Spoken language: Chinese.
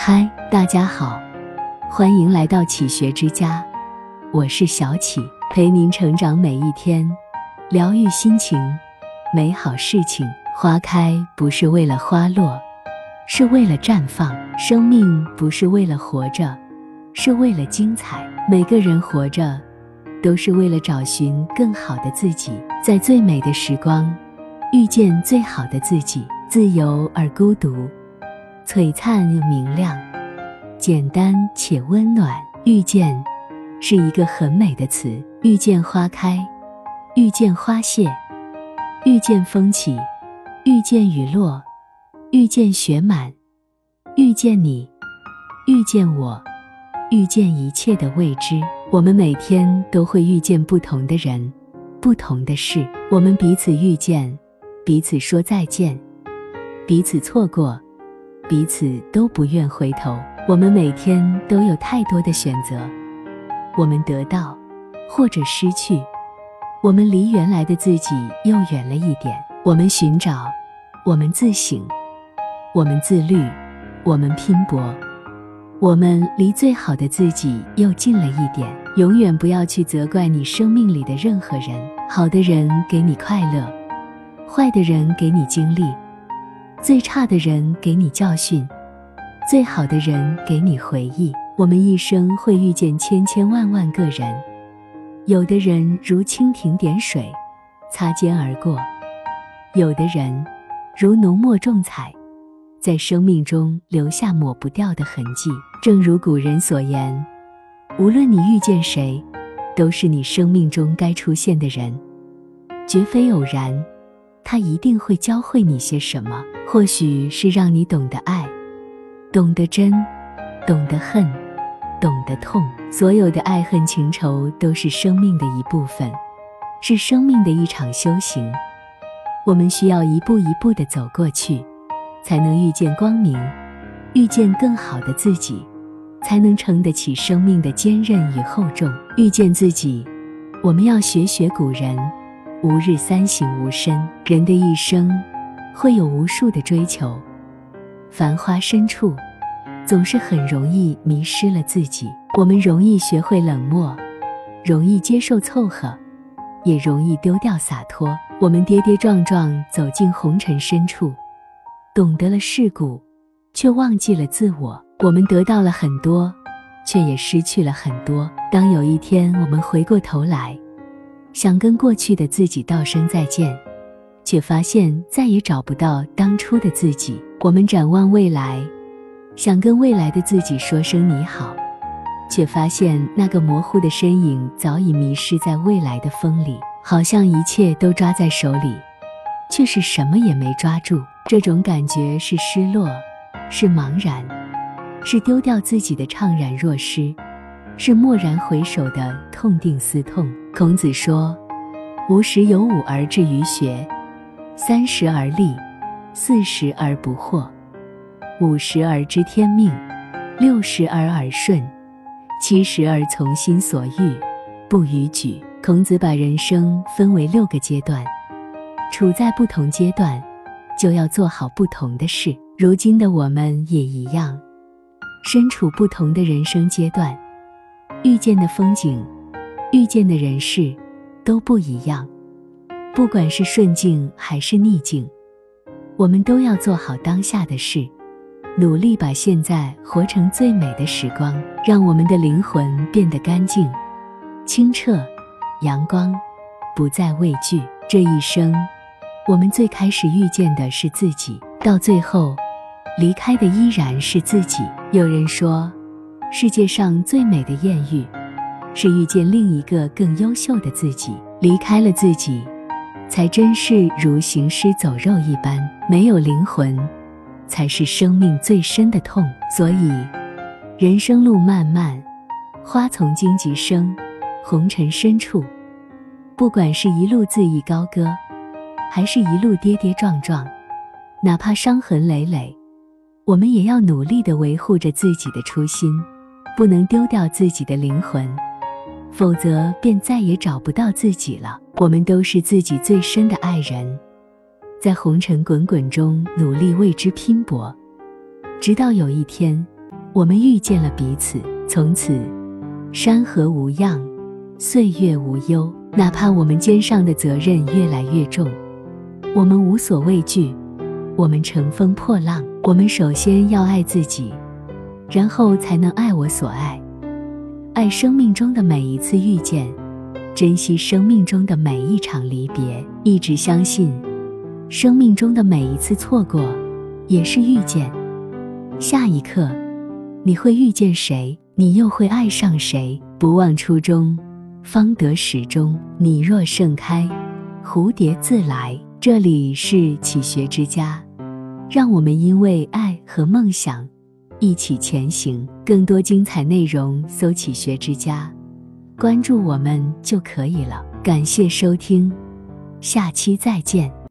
嗨，大家好，欢迎来到启学之家，我是小启，陪您成长每一天，疗愈心情，美好事情。花开不是为了花落，是为了绽放。生命不是为了活着，是为了精彩。每个人活着，都是为了找寻更好的自己，在最美的时光，遇见最好的自己。自由而孤独，璀璨又明亮，简单且温暖。遇见是一个很美的词，遇见花开，遇见花谢，遇见风起，遇见雨落，遇见雪满，遇见你，遇见我，遇见一切的未知。我们每天都会遇见不同的人，不同的事，我们彼此遇见，彼此说再见，彼此错过，彼此都不愿回头。我们每天都有太多的选择，我们得到或者失去，我们离原来的自己又远了一点。我们寻找，我们自省，我们自律，我们拼搏，我们离最好的自己又近了一点。永远不要去责怪你生命里的任何人，好的人给你快乐，坏的人给你经历，最差的人给你教训，最好的人给你回忆。我们一生会遇见千千万万个人，有的人如蜻蜓点水，擦肩而过，有的人如浓墨重彩，在生命中留下抹不掉的痕迹。正如古人所言，无论你遇见谁，都是你生命中该出现的人，绝非偶然，他一定会教会你些什么。或许是让你懂得爱，懂得真，懂得恨，懂得痛。所有的爱恨情仇都是生命的一部分，是生命的一场修行。我们需要一步一步地走过去，才能遇见光明，遇见更好的自己，才能撑得起生命的坚韧与厚重。遇见自己，我们要学古人，吾日三省吾身。人的一生会有无数的追求，繁花深处总是很容易迷失了自己。我们容易学会冷漠，容易接受凑合，也容易丢掉洒脱。我们跌跌撞撞走进红尘深处，懂得了世故，却忘记了自我。我们得到了很多，却也失去了很多。当有一天我们回过头来，想跟过去的自己道声再见，却发现再也找不到当初的自己。我们展望未来，想跟未来的自己说声你好，却发现那个模糊的身影早已迷失在未来的风里。好像一切都抓在手里，却是什么也没抓住。这种感觉是失落，是茫然，是丢掉自己的怅然若失，是蓦然回首的痛定思痛。孔子说：“50有5而志于学，30而立，40而不惑，50而知天命，60而耳顺，70而从心所欲，不逾矩。”孔子把人生分为6个阶段，处在不同阶段，就要做好不同的事。如今的我们也一样，身处不同的人生阶段，遇见的风景，遇见的人事都不一样。不管是顺境还是逆境，我们都要做好当下的事，努力把现在活成最美的时光，让我们的灵魂变得干净、清澈、阳光，不再畏惧。这一生，我们最开始遇见的是自己，到最后离开的依然是自己。有人说，世界上最美的艳遇，是遇见另一个更优秀的自己。离开了自己，才真是如行尸走肉一般。没有灵魂，才是生命最深的痛。所以，人生路漫漫，花从荆棘生，红尘深处，不管是一路恣意高歌，还是一路跌跌撞撞，哪怕伤痕累累，我们也要努力地维护着自己的初心，不能丢掉自己的灵魂，否则便再也找不到自己了。我们都是自己最深的爱人，在红尘滚滚中努力为之拼搏，直到有一天我们遇见了彼此，从此山河无恙，岁月无忧。哪怕我们肩上的责任越来越重，我们无所畏惧，我们乘风破浪。我们首先要爱自己，然后才能爱我所爱。爱生命中的每一次遇见，珍惜生命中的每一场离别，一直相信生命中的每一次错过也是遇见。下一刻你会遇见谁，你又会爱上谁？不忘初衷，方得始终。你若盛开，蝴蝶自来。这里是启学之家，让我们因为爱和梦想一起前行。更多精彩内容搜启学之家，关注我们就可以了。感谢收听，下期再见。